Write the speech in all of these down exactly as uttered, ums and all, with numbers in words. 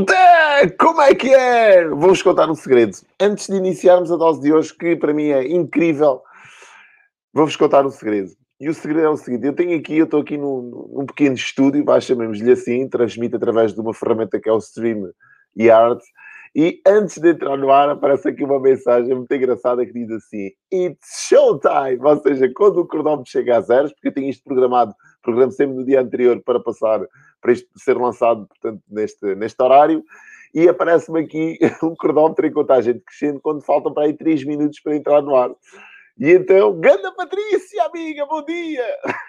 Malta! Como é que é? Vou-vos contar um segredo. Antes de iniciarmos a dose de hoje, que para mim é incrível, vou-vos contar um segredo. E o segredo é o seguinte: eu tenho aqui, eu estou aqui num, num pequeno estúdio, vá, chamemos-lhe assim, transmite através de uma ferramenta que é o Stream Yard. E antes de entrar no ar, aparece aqui uma mensagem muito engraçada que diz assim: It's showtime! Ou seja, quando o cronómetro chega a zeros, porque eu tenho isto programado, programo sempre no dia anterior para passar, para isto ser lançado, portanto, neste, neste horário, e aparece-me aqui um cronómetro em contagem crescente quando faltam para aí três minutos para entrar no ar. E então, ganda Patrícia, amiga, bom dia!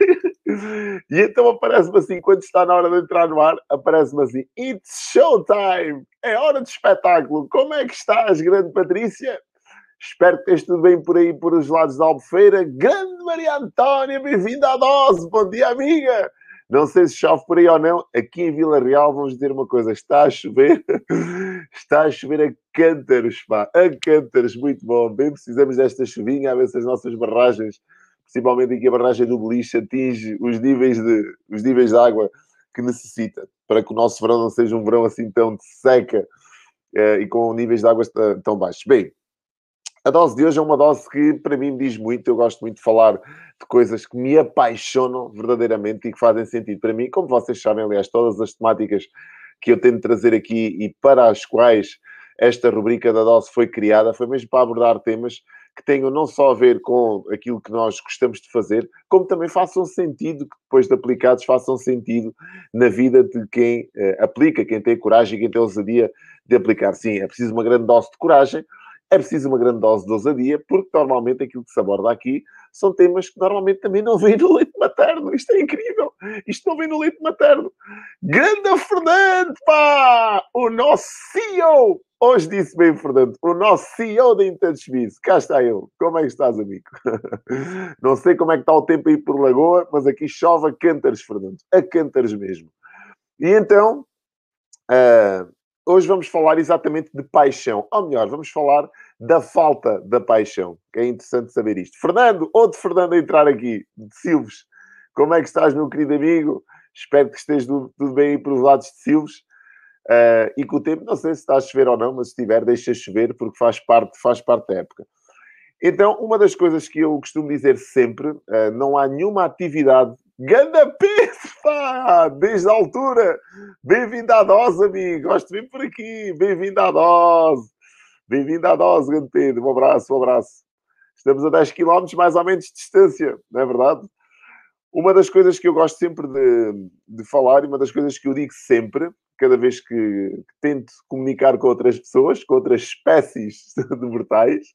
E então aparece-me assim, quando está na hora de entrar no ar, aparece-me assim, It's showtime! É hora de espetáculo! Como é que estás, grande Patrícia? Espero que esteja tudo bem por aí, por os lados da Albufeira. Grande Maria Antónia, bem-vinda à dose! Bom dia, amiga! Não sei se chove por aí ou não. Aqui em Vila Real, vamos dizer uma coisa: está a chover. Está a chover a cântaros, pá. A cântaros, muito bom. Bem precisamos desta chuvinha, a ver se as nossas barragens, principalmente aqui a barragem do Beliche, atinge os níveis de, os níveis de água que necessita, para que o nosso verão não seja um verão assim tão de seca eh, e com níveis de água tão baixos. Bem, a dose de hoje é uma dose que, para mim, me diz muito. Eu gosto muito de falar de coisas que me apaixonam verdadeiramente e que fazem sentido para mim. Como vocês sabem, aliás, todas as temáticas que eu tento trazer aqui e para as quais esta rubrica da dose foi criada, foi mesmo para abordar temas que tenham não só a ver com aquilo que nós gostamos de fazer, como também façam sentido, que depois de aplicados façam sentido na vida de quem eh, aplica, quem tem coragem, quem tem ousadia de aplicar. Sim, é preciso uma grande dose de coragem, é preciso uma grande dose de ousadia, porque normalmente aquilo que se aborda aqui são temas que normalmente também não vêm no leite materno. Isto é incrível. Isto não vem no leite materno. Grande Fernando, pá! O nosso C E O. Hoje disse bem, Fernando. O nosso C E O da InTouchBiz. Cá está ele. Como é que estás, amigo? Não sei como é que está o tempo aí por Lagoa, mas aqui chove a cântaros, Fernando. A cântaros mesmo. E então... Uh, hoje vamos falar exatamente de paixão. Ou melhor, vamos falar da falta da paixão. Que é interessante saber isto. Fernando, outro Fernando a entrar aqui, de Silves. Como é que estás, meu querido amigo? Espero que esteja tudo, tudo bem aí para os lados de Silves. Uh, e com o tempo, não sei se está a chover ou não, mas se estiver, deixa chover, porque faz parte, faz parte da época. Então, uma das coisas que eu costumo dizer sempre, uh, não há nenhuma atividade... Ganda Pedro, pá! Desde a altura! Bem-vindo à dose, amigo! Gosto de vir por aqui! Bem-vindo à dose! Bem-vindo à dose, grande Pedro! Um abraço, um abraço! Estamos a dez quilómetros mais ou menos de distância, não é verdade? Uma das coisas que eu gosto sempre de, de falar, e uma das coisas que eu digo sempre, cada vez que, que tento comunicar com outras pessoas, com outras espécies de mortais,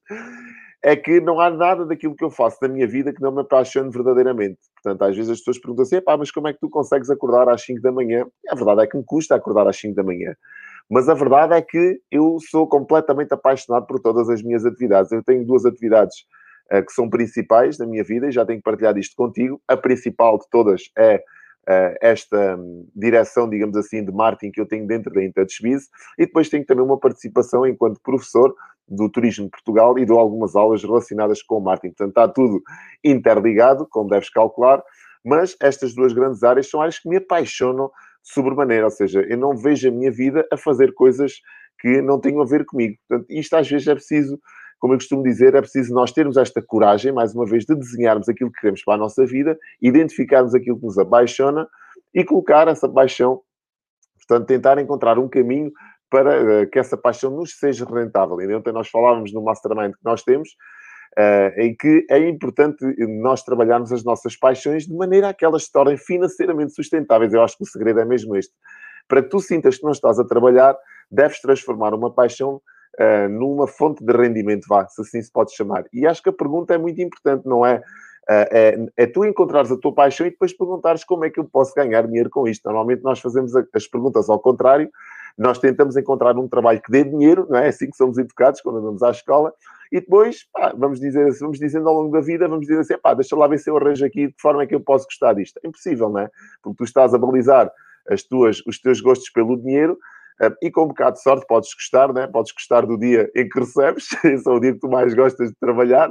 é que não há nada daquilo que eu faço na minha vida que não me apaixone verdadeiramente. Portanto, às vezes as pessoas perguntam assim, pá, mas como é que tu consegues acordar às cinco da manhã? A verdade é que me custa acordar às cinco da manhã. Mas a verdade é que eu sou completamente apaixonado por todas as minhas atividades. Eu tenho duas atividades uh, que são principais na minha vida e já tenho partilhado isto contigo. A principal de todas é uh, esta um, direção, digamos assim, de marketing que eu tenho dentro da InTouchBiz. E depois tenho também uma participação enquanto professor do Turismo de Portugal e dou algumas aulas relacionadas com o marketing. Portanto, está tudo interligado, como deves calcular, mas estas duas grandes áreas são áreas que me apaixonam sobremaneira, ou seja, eu não vejo a minha vida a fazer coisas que não tenham a ver comigo. Portanto, isto às vezes é preciso, como eu costumo dizer, é preciso nós termos esta coragem, mais uma vez, de desenharmos aquilo que queremos para a nossa vida, identificarmos aquilo que nos apaixona e colocar essa paixão, portanto, tentar encontrar um caminho para uh, que essa paixão nos seja rentável. E ontem nós falávamos no mastermind que nós temos, uh, em que é importante nós trabalharmos as nossas paixões de maneira a que elas se tornem financeiramente sustentáveis. Eu acho que o segredo é mesmo este. Para que tu sintas que não estás a trabalhar, deves transformar uma paixão uh, numa fonte de rendimento, vá, se assim se pode chamar. E acho que a pergunta é muito importante, não é? Uh, é, é tu encontrares a tua paixão e depois perguntares como é que eu posso ganhar dinheiro com isto. Normalmente nós fazemos as perguntas ao contrário. Nós tentamos encontrar um trabalho que dê dinheiro, não é? É assim que somos educados quando andamos à escola. E depois, pá, vamos, dizer, vamos dizendo ao longo da vida, vamos dizer assim, pá, deixa lá ver se eu arranjo aqui de que forma é que eu posso gostar disto. É impossível, não é? Porque tu estás a balizar as tuas, os teus gostos pelo dinheiro uh, e com um bocado de sorte podes gostar, não é? Podes gostar do dia em que recebes, esse é o dia que tu mais gostas de trabalhar,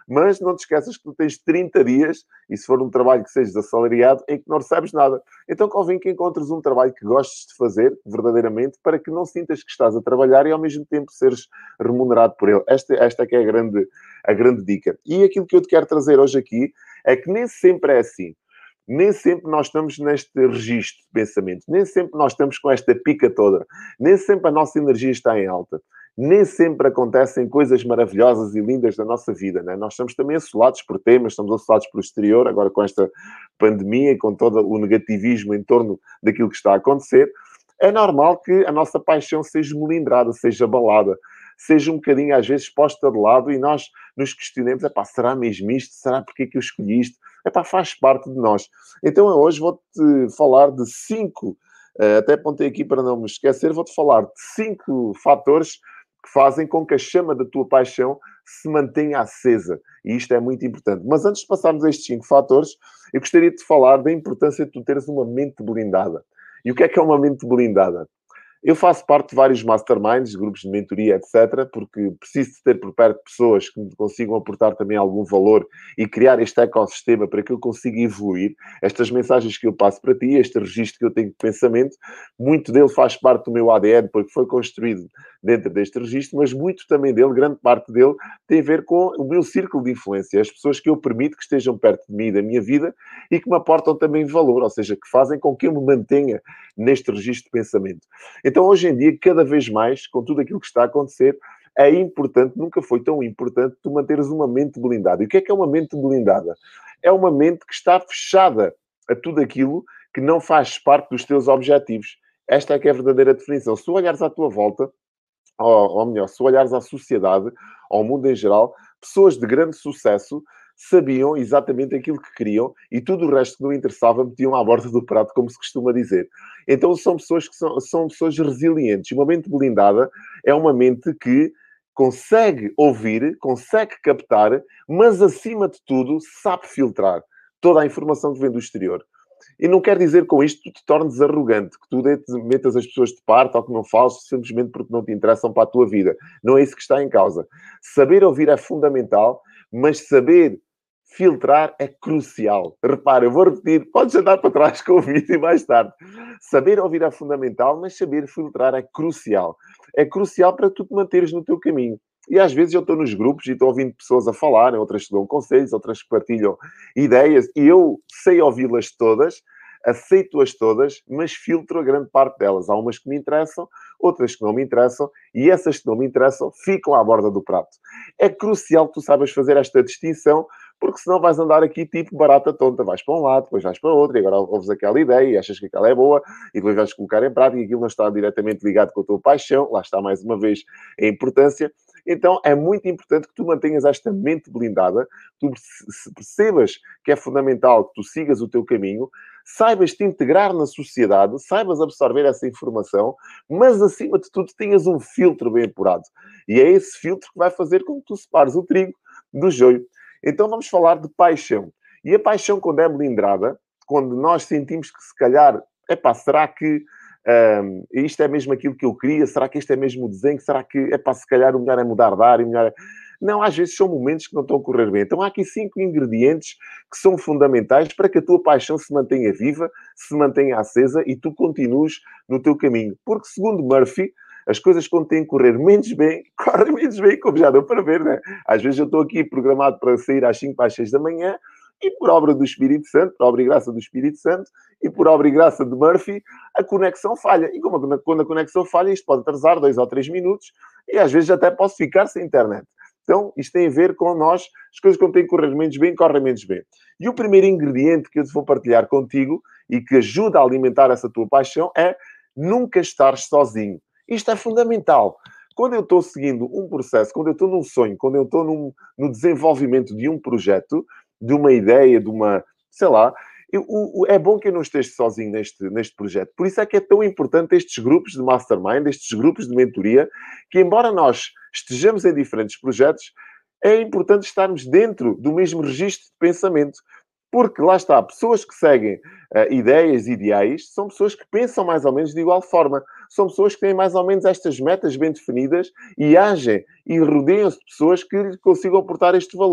Mas não te esqueças que tu tens trinta dias, e se for um trabalho que sejas assalariado, em que não recebes nada. Então convém que encontres um trabalho que gostes de fazer, verdadeiramente, para que não sintas que estás a trabalhar e ao mesmo tempo seres remunerado por ele. Esta, esta é que é a grande, a grande dica. E aquilo que eu te quero trazer hoje aqui é que nem sempre é assim. Nem sempre nós estamos neste registro de pensamento. Nem sempre nós estamos com esta pica toda. Nem sempre a nossa energia está em alta. Nem sempre acontecem coisas maravilhosas e lindas na nossa vida, né? Nós estamos também assolados por temas, estamos assolados pelo exterior, agora com esta pandemia e com todo o negativismo em torno daquilo que está a acontecer. É normal que a nossa paixão seja melindrada, seja abalada, seja um bocadinho, às vezes, posta de lado e nós nos questionemos, epá, será mesmo isto? Será porque é que eu escolhi isto? Epá, faz parte de nós. Então, eu hoje vou-te falar de cinco, até apontei aqui para não me esquecer, vou-te falar de cinco fatores que fazem com que a chama da tua paixão se mantenha acesa. E isto é muito importante. Mas antes de passarmos a estes cinco fatores, eu gostaria de te falar da importância de tu teres uma mente blindada. E o que é que é uma mente blindada? Eu faço parte de vários masterminds, grupos de mentoria, etcétera, porque preciso de ter por perto pessoas que me consigam aportar também algum valor e criar este ecossistema para que eu consiga evoluir. Estas mensagens que eu passo para ti, este registro que eu tenho de pensamento, muito dele faz parte do meu A D N, porque foi construído dentro deste registro, mas muito também dele, grande parte dele, tem a ver com o meu círculo de influência, as pessoas que eu permito que estejam perto de mim e da minha vida e que me aportam também valor, ou seja, que fazem com que eu me mantenha neste registro de pensamento. Então, hoje em dia, cada vez mais, com tudo aquilo que está a acontecer, é importante, nunca foi tão importante, tu manteres uma mente blindada. E o que é que é uma mente blindada? É uma mente que está fechada a tudo aquilo que não faz parte dos teus objetivos. Esta é que é a verdadeira definição. Se tu olhares à tua volta, ou, ou melhor, se olhares à sociedade, ao mundo em geral, pessoas de grande sucesso sabiam exatamente aquilo que queriam e tudo o resto que não interessava metiam à borda do prato, como se costuma dizer. Então são pessoas que são, são pessoas resilientes. Uma mente blindada é uma mente que consegue ouvir, consegue captar, mas acima de tudo sabe filtrar toda a informação que vem do exterior. E não quer dizer com isto que tu te tornes arrogante, que tu metas as pessoas de parte ou que não fales simplesmente porque não te interessam para a tua vida. Não é isso que está em causa. Saber ouvir é fundamental, mas saber filtrar é crucial. Repara, eu vou repetir, podes andar para trás com o vídeo mais tarde. Saber ouvir é fundamental, mas saber filtrar é crucial. É crucial para tu te manteres no teu caminho. E às vezes eu estou nos grupos e estou ouvindo pessoas a falar, outras que dão conselhos, outras que partilham ideias, e eu sei ouvi-las todas, aceito-as todas, mas filtro a grande parte delas. Há umas que me interessam, outras que não me interessam, e essas que não me interessam ficam à borda do prato. É crucial que tu saibas fazer esta distinção, porque senão vais andar aqui tipo barata tonta. Vais para um lado, depois vais para outro, e agora ouves aquela ideia e achas que aquela é boa, e depois vais colocar em prática, e aquilo não está diretamente ligado com a tua paixão. Lá está mais uma vez a importância. Então, é muito importante que tu mantenhas esta mente blindada, tu percebas que é fundamental que tu sigas o teu caminho, saibas te integrar na sociedade, saibas absorver essa informação, mas, acima de tudo, tenhas um filtro bem apurado. E é esse filtro que vai fazer com que tu separes o trigo do joio. Então, vamos falar de paixão. E a paixão, quando é blindrada, quando nós sentimos que, se calhar, epá, será que Um, isto é mesmo aquilo que eu queria? Será que este é mesmo o desenho? Será que, epá, se calhar o melhor é mudar de área? Melhor é... Não, às vezes são momentos que não estão a correr bem. Então há aqui cinco ingredientes que são fundamentais para que a tua paixão se mantenha viva, se mantenha acesa e tu continues no teu caminho. Porque, segundo Murphy, as coisas quando têm que correr menos bem, correm menos bem, como já deu para ver, né? Às vezes eu estou aqui programado para sair às cinco, às seis da manhã, e por obra do Espírito Santo, por obra e graça do Espírito Santo, e por obra e graça de Murphy, a conexão falha. E como a, quando a conexão falha, isto pode atrasar dois ou três minutos, e às vezes até posso ficar sem internet. Então, isto tem a ver com nós, as coisas quando têm que correr menos bem, correm menos bem. E o primeiro ingrediente que eu te vou partilhar contigo, e que ajuda a alimentar essa tua paixão, é nunca estar sozinho. Isto é fundamental. Quando eu estou seguindo um processo, quando eu estou num sonho, quando eu estou num, no desenvolvimento de um projeto, de uma ideia, de uma, sei lá, eu, o, é bom que eu não esteja sozinho neste, neste projeto. Por isso é que é tão importante estes grupos de mastermind, estes grupos de mentoria, que embora nós estejamos em diferentes projetos, é importante estarmos dentro do mesmo registro de pensamento. Porque lá está, pessoas que seguem uh, ideias, ideais, são pessoas que pensam mais ou menos de igual forma. São pessoas que têm mais ou menos estas metas bem definidas e agem e rodeiam-se de pessoas que lhe consigam aportar este valor.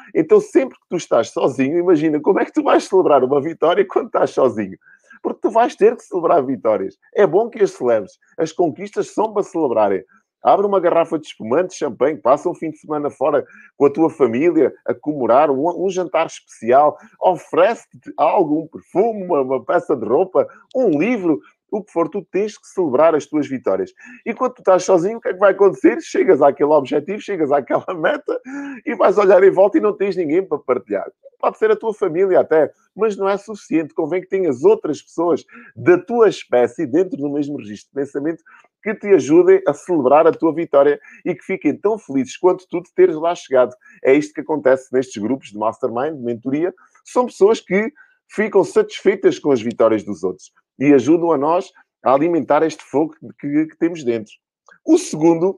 Então, sempre que tu estás sozinho, imagina como é que tu vais celebrar uma vitória quando estás sozinho. Porque tu vais ter que celebrar vitórias. É bom que as celebres. As conquistas são para celebrarem. Abre uma garrafa de espumante, de champanhe, passa um fim de semana fora com a tua família a comemorar um, um jantar especial, oferece-te algo, um perfume, uma, uma peça de roupa, um livro, o que for, tu tens que celebrar as tuas vitórias. E quando tu estás sozinho, o que é que vai acontecer? Chegas àquele objetivo, chegas àquela meta e vais olhar em volta e não tens ninguém para partilhar. Pode ser a tua família até, mas não é suficiente. Convém que tenhas outras pessoas da tua espécie dentro do mesmo registro de pensamento que te ajudem a celebrar a tua vitória e que fiquem tão felizes quanto tu de teres lá chegado. É isto que acontece nestes grupos de mastermind, de mentoria. São pessoas que ficam satisfeitas com as vitórias dos outros e ajudam a nós a alimentar este fogo que, que temos dentro. O segundo,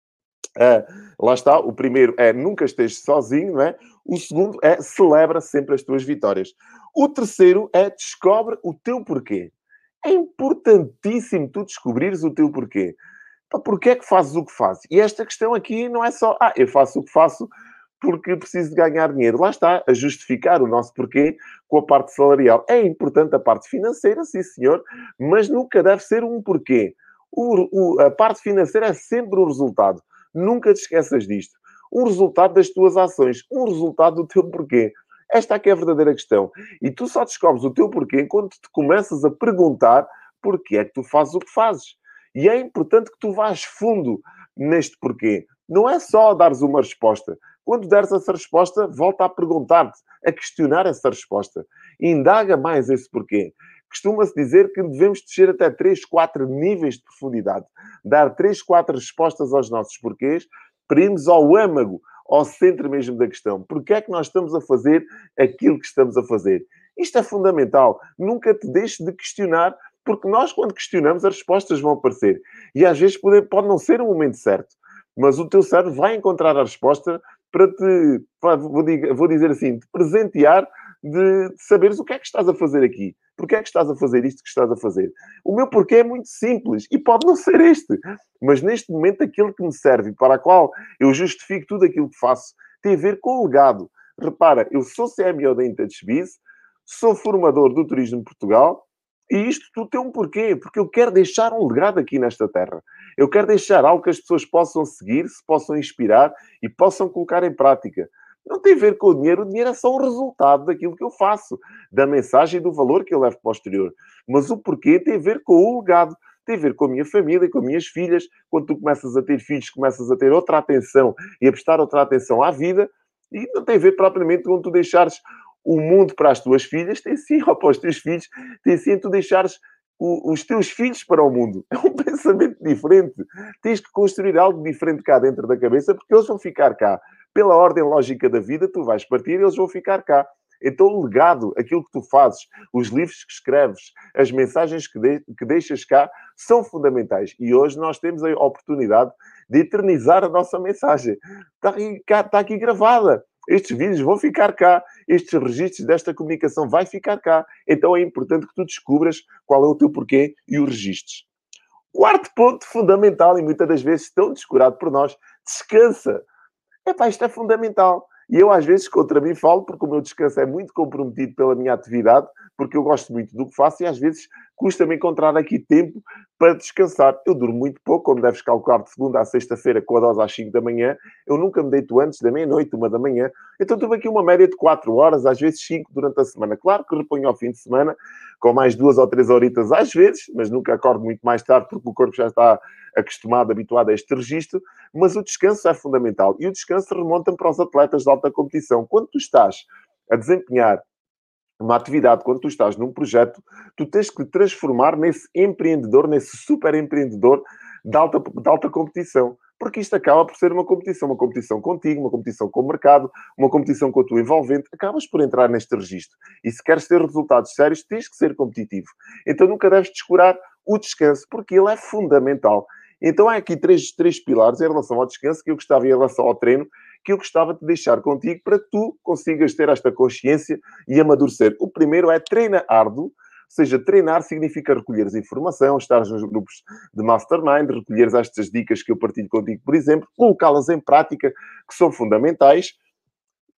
é, lá está, o primeiro é nunca estejas sozinho, não é? O segundo é celebra sempre as tuas vitórias. O terceiro é descobre o teu porquê. É importantíssimo tu descobrires o teu porquê. Porquê é que fazes o que fazes? E esta questão aqui não é só, ah, eu faço o que faço porque preciso de ganhar dinheiro. Lá está, a justificar o nosso porquê com a parte salarial. É importante a parte financeira, sim senhor, mas nunca deve ser um porquê. O, o, a parte financeira é sempre o resultado. Nunca te esqueças disto. Um resultado das tuas ações, um resultado do teu porquê. Esta aqui é a verdadeira questão. E tu só descobres o teu porquê quando te começas a perguntar porquê é que tu fazes o que fazes. E é importante que tu vás fundo neste porquê. Não é só dares uma resposta. Quando deres essa resposta, volta a perguntar-te, a questionar essa resposta. Indaga mais esse porquê. Costuma-se dizer que devemos descer até três, quatro níveis de profundidade. Dar três, quatro respostas aos nossos porquês para irmos ao âmago, ao centro mesmo da questão. Porquê é que nós estamos a fazer aquilo que estamos a fazer? Isto é fundamental. Nunca te deixes de questionar, porque nós, quando questionamos, as respostas vão aparecer. E às vezes pode, pode não ser o momento certo. Mas o teu cérebro vai encontrar a resposta para te, vou dizer assim, te presentear de saberes o que é que estás a fazer aqui. Porquê é que estás a fazer isto que estás a fazer? O meu porquê é muito simples e pode não ser este. Mas neste momento aquilo que me serve, para a qual eu justifico tudo aquilo que faço, tem a ver com o legado. Repara, eu sou C M O da InTouchBiz, sou formador do turismo de Portugal e isto tudo tem um porquê. Porque eu quero deixar um legado aqui nesta terra. Eu quero deixar algo que as pessoas possam seguir, se possam inspirar e possam colocar em prática. Não tem a ver com o dinheiro. O dinheiro é só um resultado daquilo que eu faço, da mensagem e do valor que eu levo para o exterior. Mas o porquê tem a ver com o legado. Tem a ver com a minha família, com as minhas filhas. Quando tu começas a ter filhos, começas a ter outra atenção e a prestar outra atenção à vida. E não tem a ver propriamente com tu deixares o mundo para as tuas filhas, tem sim, ou para os teus filhos, tem sim tu deixares o, os teus filhos para o mundo. É um pensamento diferente. Tens que construir algo diferente cá dentro da cabeça, porque eles vão ficar cá. Pela ordem lógica da vida, tu vais partir e eles vão ficar cá. Então, o legado, aquilo que tu fazes, os livros que escreves, as mensagens que, de, que deixas cá, são fundamentais. E hoje nós temos a oportunidade de eternizar a nossa mensagem. Está aqui, está aqui gravada. Estes vídeos vão ficar cá. Estes registros desta comunicação vai ficar cá. Então é importante que tu descubras qual é o teu porquê e os registros. Quarto ponto fundamental e muitas das vezes tão descurado por nós. Descansa. Epá, isto é fundamental. E eu às vezes contra mim falo porque o meu descanso é muito comprometido pela minha atividade, porque eu gosto muito do que faço e às vezes custa-me encontrar aqui tempo para descansar. Eu durmo muito pouco, como deves calcular, de segunda a sexta-feira com a dose às cinco da manhã. Eu nunca me deito antes da meia-noite, uma da manhã. Então estou aqui uma média de quatro horas, às vezes cinco durante a semana. Claro que reponho ao fim de semana, com mais duas ou três horitas às vezes, mas nunca acordo muito mais tarde porque o corpo já está acostumado, habituado a este registro. Mas o descanso é fundamental. E o descanso remonta-me para os atletas de alta competição. Quando tu estás a desempenhar uma atividade, quando tu estás num projeto, tu tens que te transformar nesse empreendedor, nesse super empreendedor de alta, de alta competição. Porque isto acaba por ser uma competição. Uma competição contigo, uma competição com o mercado, uma competição com a tua envolvente. Acabas por entrar neste registro. E se queres ter resultados sérios, tens que ser competitivo. Então nunca deves descurar o descanso, porque ele é fundamental. Então há aqui três, três pilares em relação ao descanso que eu gostava, em relação ao treino, que eu gostava de deixar contigo para que tu consigas ter esta consciência e amadurecer. O primeiro é treina árduo, ou seja, treinar significa recolheres informação, estares nos grupos de mastermind, recolheres estas dicas que eu partilho contigo, por exemplo, colocá-las em prática, que são fundamentais.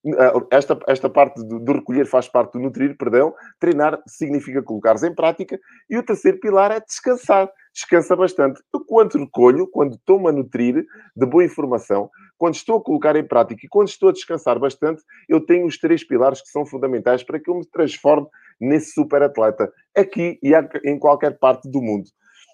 Esta, esta parte do, do recolher faz parte do nutrir, perdão. Treinar significa colocares em prática. E o terceiro pilar é descansar. Descansa bastante. Eu, quando recolho, quando estou-me a nutrir de boa informação, quando estou a colocar em prática e quando estou a descansar bastante, eu tenho os três pilares que são fundamentais para que eu me transforme nesse super atleta, aqui e em qualquer parte do mundo.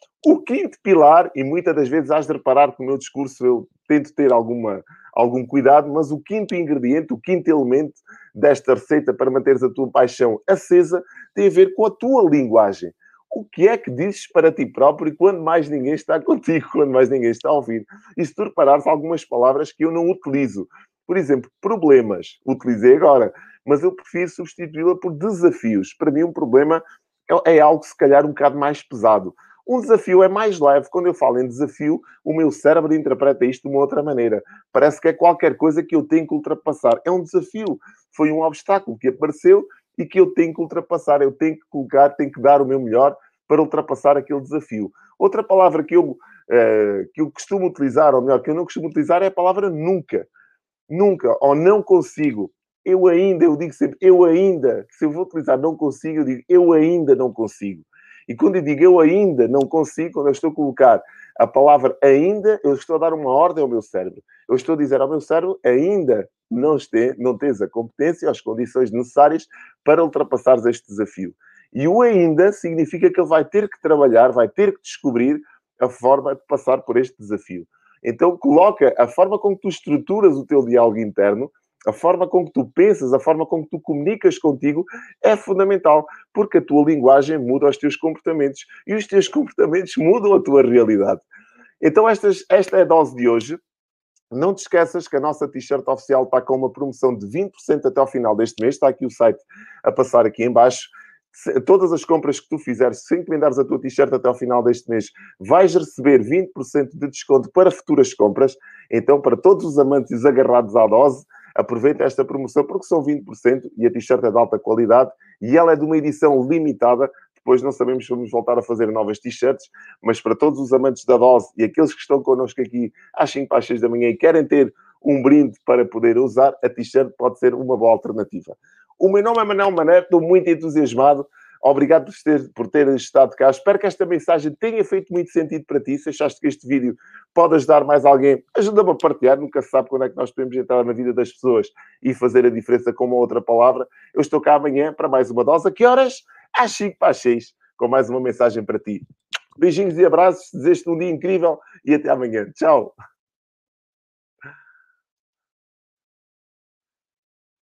O quinto pilar, e muitas das vezes has de reparar que no meu discurso eu tento ter alguma, algum cuidado, mas o quinto ingrediente, o quinto elemento desta receita para manteres a tua paixão acesa, tem a ver com a tua linguagem. O que é que dizes para ti próprio quando mais ninguém está contigo, quando mais ninguém está a ouvir? E se tu reparares algumas palavras que eu não utilizo. Por exemplo, problemas. Utilizei agora, mas eu prefiro substituí-la por desafios. Para mim, um problema é, é algo, se calhar, um bocado mais pesado. Um desafio é mais leve. Quando eu falo em desafio, o meu cérebro interpreta isto de uma outra maneira. Parece que é qualquer coisa que eu tenho que ultrapassar. É um desafio. Foi um obstáculo que apareceu e que eu tenho que ultrapassar. Eu tenho que colocar, tenho que dar o meu melhor para ultrapassar aquele desafio. Outra palavra que eu, uh, que eu costumo utilizar, ou melhor, que eu não costumo utilizar, é a palavra nunca. Nunca, ou não consigo. Eu ainda, eu digo sempre, eu ainda. Se eu vou utilizar não consigo, eu digo, eu ainda não consigo. E quando eu digo eu ainda não consigo, quando eu estou a colocar a palavra ainda, eu estou a dar uma ordem ao meu cérebro. Eu estou a dizer ao meu cérebro, ainda não, este, não tens a competência, as condições necessárias para ultrapassares este desafio. E o ainda significa que ele vai ter que trabalhar, vai ter que descobrir a forma de passar por este desafio. Então, coloca a forma como tu estruturas o teu diálogo interno, a forma com que tu pensas, a forma com que tu comunicas contigo é fundamental, porque a tua linguagem muda os teus comportamentos e os teus comportamentos mudam a tua realidade. Então, estas, esta é a dose de hoje. Não te esqueças que a nossa t-shirt oficial está com uma promoção de vinte por cento até ao final deste mês. Está aqui o site a passar aqui em baixo. Todas as compras que tu fizeres, se encomendares a tua t-shirt até ao final deste mês, vais receber vinte por cento de desconto para futuras compras. Então, para todos os amantes agarrados à dose, aproveita esta promoção porque são vinte por cento e a t-shirt é de alta qualidade e ela é de uma edição limitada. Depois não sabemos se vamos voltar a fazer novas t-shirts, mas para todos os amantes da dose e aqueles que estão connosco aqui às cinco para as seis da manhã e querem ter um brinde para poder usar, a t-shirt pode ser uma boa alternativa. O meu nome é Manuel Mané, estou muito entusiasmado. Obrigado por ter, por ter estado cá. Espero que esta mensagem tenha feito muito sentido para ti. Se achaste que este vídeo pode ajudar mais alguém, ajuda-me a partilhar. Nunca se sabe quando é que nós podemos entrar na vida das pessoas e fazer a diferença com uma outra palavra. Eu estou cá amanhã para mais uma dose. A que horas? Às cinco para as seis, com mais uma mensagem para ti. Beijinhos e abraços. Desejo-te um dia incrível e até amanhã. Tchau.